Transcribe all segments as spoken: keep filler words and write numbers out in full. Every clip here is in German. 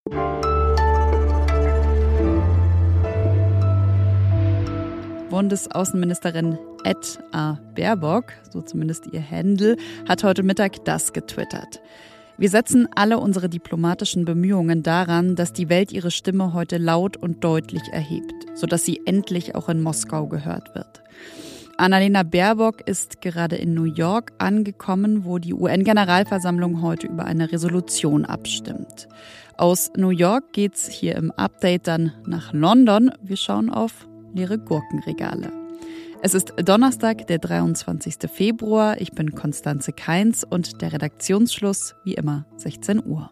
Bundesaußenministerin Ed A. Baerbock, so zumindest ihr Handle, hat heute Mittag das getwittert. Wir setzen alle unsere diplomatischen Bemühungen daran, dass die Welt ihre Stimme heute laut und deutlich erhebt, sodass sie endlich auch in Moskau gehört wird. Annalena Baerbock ist gerade in New York angekommen, wo die U N-Generalversammlung heute über eine Resolution abstimmt. Aus New York geht's hier im Update dann nach London. Wir schauen auf leere Gurkenregale. Es ist Donnerstag, der dreiundzwanzigster Februar. Ich bin Konstanze Kainz und der Redaktionsschluss wie immer sechzehn Uhr.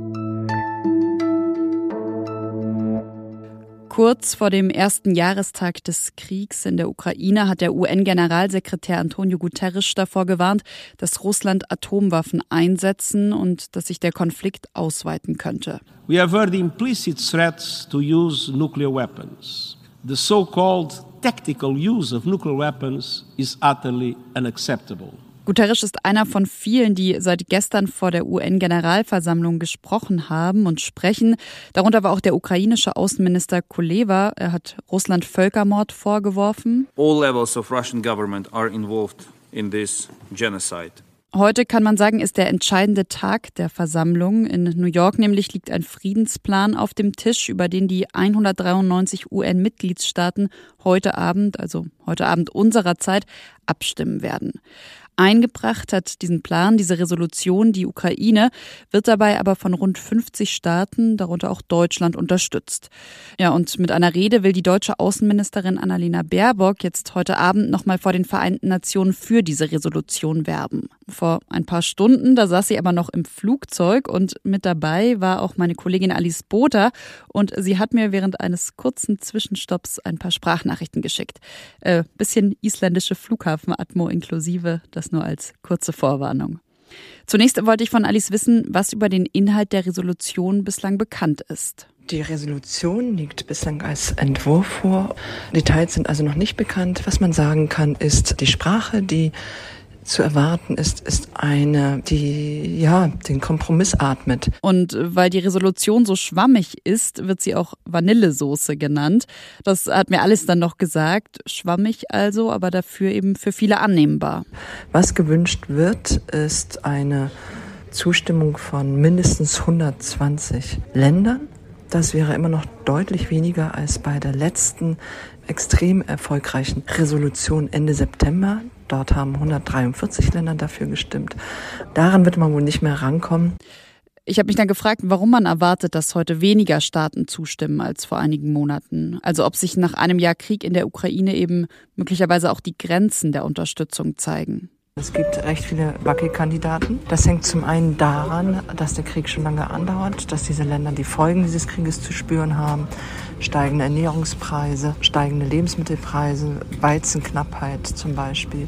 Kurz vor dem ersten Jahrestag des Kriegs in der Ukraine hat der U N-Generalsekretär Antonio Guterres davor gewarnt, dass Russland Atomwaffen einsetzen und dass sich der Konflikt ausweiten könnte. We have heard implicit threats to use nuclear weapons. The so-called tactical use of nuclear weapons is utterly unacceptable. Guterres ist einer von vielen, die seit gestern vor der U N-Generalversammlung gesprochen haben und sprechen. Darunter war auch der ukrainische Außenminister Kuleba. Er hat Russland Völkermord vorgeworfen. All levels of Russian government are involved in this genocide. Heute kann man sagen, ist der entscheidende Tag der Versammlung. In New York nämlich liegt ein Friedensplan auf dem Tisch, über den die hundertdreiundneunzig U N-Mitgliedstaaten heute Abend, also heute Abend unserer Zeit, abstimmen werden. Eingebracht hat diesen Plan, diese Resolution, die Ukraine, wird dabei aber von rund fünfzig Staaten, darunter auch Deutschland, unterstützt. Ja, und mit einer Rede will die deutsche Außenministerin Annalena Baerbock jetzt heute Abend nochmal vor den Vereinten Nationen für diese Resolution werben. Vor ein paar Stunden, da saß sie aber noch im Flugzeug und mit dabei war auch meine Kollegin Alice Botha und sie hat mir während eines kurzen Zwischenstopps ein paar Sprachnachrichten geschickt. Äh, bisschen isländische Flughafenatmo inklusive, das nur als kurze Vorwarnung. Zunächst wollte ich von Alice wissen, was über den Inhalt der Resolution bislang bekannt ist. Die Resolution liegt bislang als Entwurf vor. Details sind also noch nicht bekannt. Was man sagen kann, ist, die Sprache, die zu erwarten ist, ist eine, die ja den Kompromiss atmet. Und weil die Resolution so schwammig ist, wird sie auch Vanillesoße genannt. Das hat mir alles dann noch gesagt. Schwammig also, aber dafür eben für viele annehmbar. Was gewünscht wird, ist eine Zustimmung von mindestens hundertzwanzig Ländern. Das wäre immer noch deutlich weniger als bei der letzten extrem erfolgreichen Resolution Ende September. Dort haben hundertdreiundvierzig Länder dafür gestimmt. Daran wird man wohl nicht mehr rankommen. Ich habe mich dann gefragt, warum man erwartet, dass heute weniger Staaten zustimmen als vor einigen Monaten. Also ob sich nach einem Jahr Krieg in der Ukraine eben möglicherweise auch die Grenzen der Unterstützung zeigen. Es gibt recht viele Wackelkandidaten. Das hängt zum einen daran, dass der Krieg schon lange andauert, dass diese Länder die Folgen dieses Krieges zu spüren haben. Steigende Ernährungspreise, steigende Lebensmittelpreise, Weizenknappheit zum Beispiel.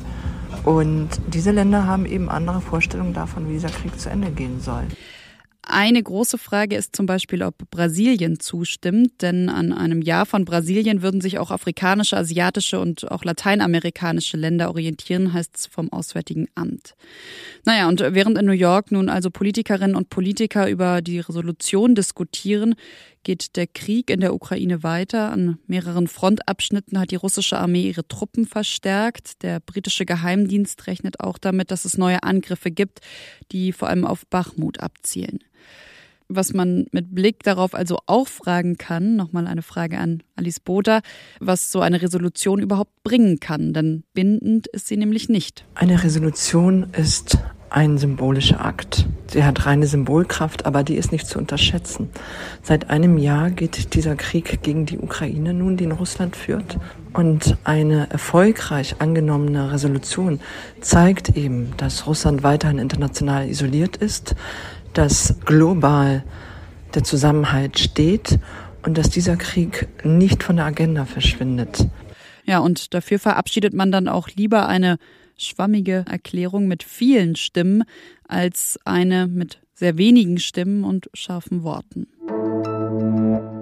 Und diese Länder haben eben andere Vorstellungen davon, wie dieser Krieg zu Ende gehen soll. Eine große Frage ist zum Beispiel, ob Brasilien zustimmt, denn an einem Ja von Brasilien würden sich auch afrikanische, asiatische und auch lateinamerikanische Länder orientieren, heißt es vom Auswärtigen Amt. Naja, und während in New York nun also Politikerinnen und Politiker über die Resolution diskutieren, geht der Krieg in der Ukraine weiter. An mehreren Frontabschnitten hat die russische Armee ihre Truppen verstärkt. Der britische Geheimdienst rechnet auch damit, dass es neue Angriffe gibt, die vor allem auf Bachmut abzielen. Was man mit Blick darauf also auch fragen kann, nochmal eine Frage an Alice Botha, was so eine Resolution überhaupt bringen kann, denn bindend ist sie nämlich nicht. Eine Resolution ist ein symbolischer Akt. Sie hat reine Symbolkraft, aber die ist nicht zu unterschätzen. Seit einem Jahr geht dieser Krieg gegen die Ukraine nun, den Russland führt. Und eine erfolgreich angenommene Resolution zeigt eben, dass Russland weiterhin international isoliert ist, dass global der Zusammenhalt steht und dass dieser Krieg nicht von der Agenda verschwindet. Ja, und dafür verabschiedet man dann auch lieber eine schwammige Erklärung mit vielen Stimmen als eine mit sehr wenigen Stimmen und scharfen Worten.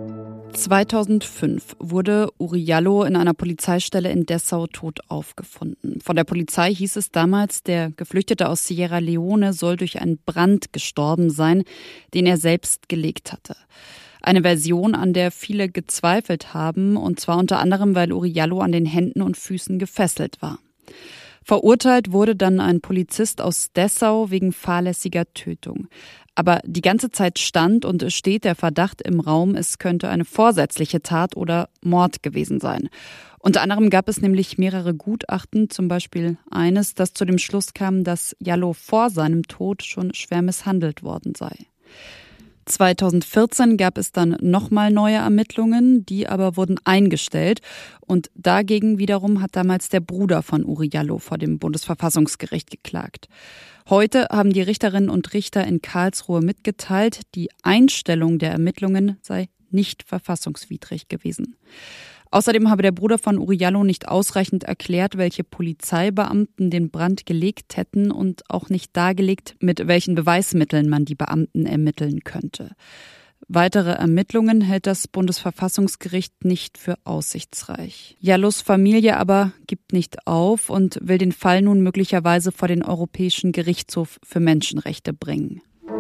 zweitausendfünf wurde Uri Jallo in einer Polizeistelle in Dessau tot aufgefunden. Von der Polizei hieß es damals, der Geflüchtete aus Sierra Leone soll durch einen Brand gestorben sein, den er selbst gelegt hatte. Eine Version, an der viele gezweifelt haben, und zwar unter anderem, weil Uri Jallo an den Händen und Füßen gefesselt war. Verurteilt wurde dann ein Polizist aus Dessau wegen fahrlässiger Tötung. Aber die ganze Zeit stand und steht der Verdacht im Raum, es könnte eine vorsätzliche Tat oder Mord gewesen sein. Unter anderem gab es nämlich mehrere Gutachten, zum Beispiel eines, das zu dem Schluss kam, dass Jallo vor seinem Tod schon schwer misshandelt worden sei. zweitausendvierzehn gab es dann nochmal neue Ermittlungen, die aber wurden eingestellt. Und dagegen wiederum hat damals der Bruder von Uri Jallo vor dem Bundesverfassungsgericht geklagt. Heute haben die Richterinnen und Richter in Karlsruhe mitgeteilt, die Einstellung der Ermittlungen sei nicht verfassungswidrig gewesen. Außerdem habe der Bruder von Uri Jallo nicht ausreichend erklärt, welche Polizeibeamten den Brand gelegt hätten und auch nicht dargelegt, mit welchen Beweismitteln man die Beamten ermitteln könnte. Weitere Ermittlungen hält das Bundesverfassungsgericht nicht für aussichtsreich. Jallos Familie aber gibt nicht auf und will den Fall nun möglicherweise vor den Europäischen Gerichtshof für Menschenrechte bringen.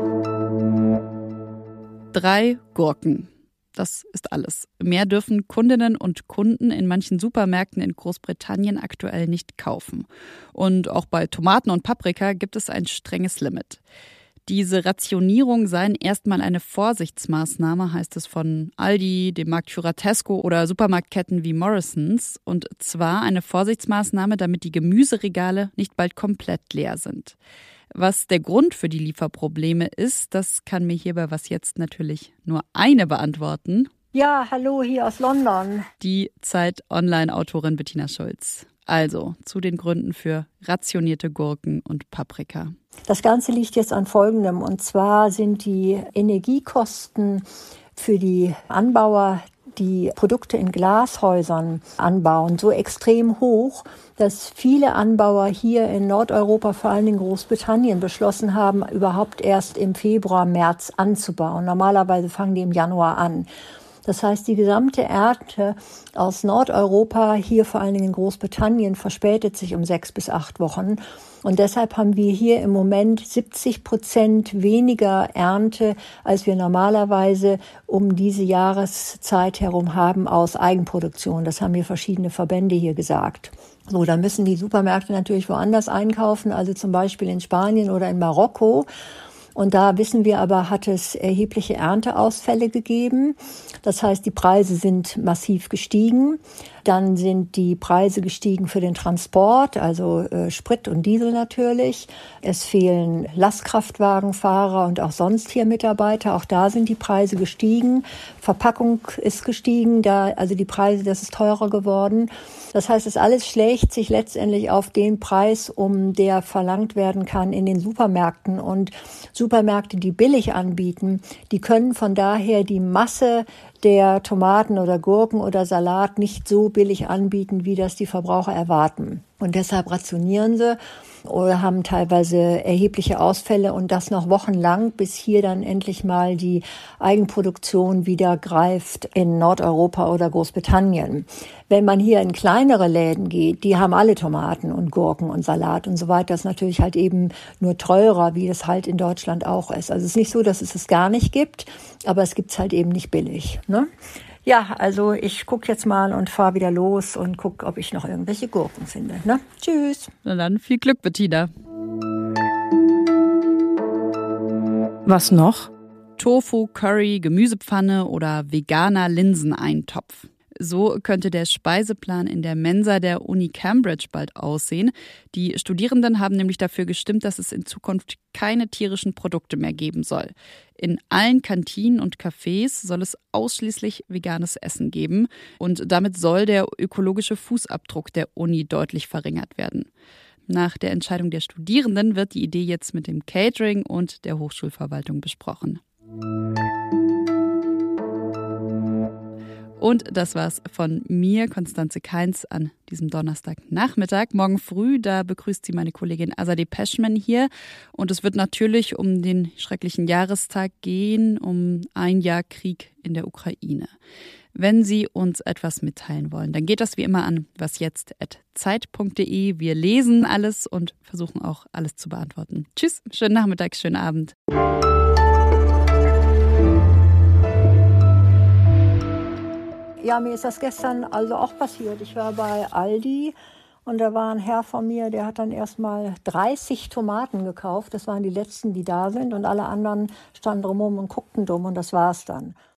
Drei Gurken. Das ist alles. Mehr dürfen Kundinnen und Kunden in manchen Supermärkten in Großbritannien aktuell nicht kaufen. Und auch bei Tomaten und Paprika gibt es ein strenges Limit. Diese Rationierung seien erstmal eine Vorsichtsmaßnahme, heißt es von Aldi, dem Marktführer Tesco oder Supermarktketten wie Morrisons. Und zwar eine Vorsichtsmaßnahme, damit die Gemüseregale nicht bald komplett leer sind. Was der Grund für die Lieferprobleme ist, das kann mir hierbei was jetzt natürlich nur eine beantworten. Ja, hallo hier aus London. Die Zeit-Online-Autorin Bettina Schulz. Also zu den Gründen für rationierte Gurken und Paprika. Das Ganze liegt jetzt an Folgendem. Und zwar sind die Energiekosten für die Anbauer, die Produkte in Glashäusern anbauen, so extrem hoch, dass viele Anbauer hier in Nordeuropa, vor allem in Großbritannien, beschlossen haben, überhaupt erst im Februar, März anzubauen. Normalerweise fangen die im Januar an. Das heißt, die gesamte Ernte aus Nordeuropa, hier vor allen Dingen in Großbritannien, verspätet sich um sechs bis acht Wochen. Und deshalb haben wir hier im Moment siebzig Prozent weniger Ernte, als wir normalerweise um diese Jahreszeit herum haben aus Eigenproduktion. Das haben mir verschiedene Verbände hier gesagt. So, dann müssen die Supermärkte natürlich woanders einkaufen, also zum Beispiel in Spanien oder in Marokko. Und da wissen wir aber, hat es erhebliche Ernteausfälle gegeben. Das heißt, die Preise sind massiv gestiegen. Dann sind die Preise gestiegen für den Transport, also äh, Sprit und Diesel natürlich. Es fehlen Lastkraftwagenfahrer und auch sonst hier Mitarbeiter. Auch da sind die Preise gestiegen. Verpackung ist gestiegen, da also die Preise, das ist teurer geworden. Das heißt, es alles schlägt sich letztendlich auf den Preis um, der verlangt werden kann in den Supermärkten. Und Supermärkte, die billig anbieten, die können von daher die Masse der Tomaten oder Gurken oder Salat nicht so billig anbieten, wie das die Verbraucher erwarten. Und deshalb rationieren sie oder haben teilweise erhebliche Ausfälle und das noch wochenlang, bis hier dann endlich mal die Eigenproduktion wieder greift in Nordeuropa oder Großbritannien. Wenn man hier in kleinere Läden geht, die haben alle Tomaten und Gurken und Salat und so weiter. Das ist natürlich halt eben nur teurer, wie das halt in Deutschland auch ist. Also es ist nicht so, dass es es gar nicht gibt, aber es gibt es halt eben nicht billig, ne? Ja, also ich gucke jetzt mal und fahre wieder los und gucke, ob ich noch irgendwelche Gurken finde. Ne? Tschüss. Na dann viel Glück, Bettina. Was noch? Tofu, Curry, Gemüsepfanne oder veganer Linseneintopf. So könnte der Speiseplan in der Mensa der Uni Cambridge bald aussehen. Die Studierenden haben nämlich dafür gestimmt, dass es in Zukunft keine tierischen Produkte mehr geben soll. In allen Kantinen und Cafés soll es ausschließlich veganes Essen geben. Und damit soll der ökologische Fußabdruck der Uni deutlich verringert werden. Nach der Entscheidung der Studierenden wird die Idee jetzt mit dem Catering und der Hochschulverwaltung besprochen. Und das war's von mir, Konstanze Kainz, an diesem Donnerstagnachmittag. Morgen früh, da begrüßt sie meine Kollegin Azadeh Peschman hier. Und es wird natürlich um den schrecklichen Jahrestag gehen, um ein Jahr Krieg in der Ukraine. Wenn Sie uns etwas mitteilen wollen, dann geht das wie immer an wasjetzt at zeit punkt de. Wir lesen alles und versuchen auch alles zu beantworten. Tschüss, schönen Nachmittag, schönen Abend. Ja, mir ist das gestern also auch passiert. Ich war bei Aldi und da war ein Herr von mir, der hat dann erstmal dreißig Tomaten gekauft. Das waren die letzten, die da sind und alle anderen standen drumherum und guckten dumm und das war's dann.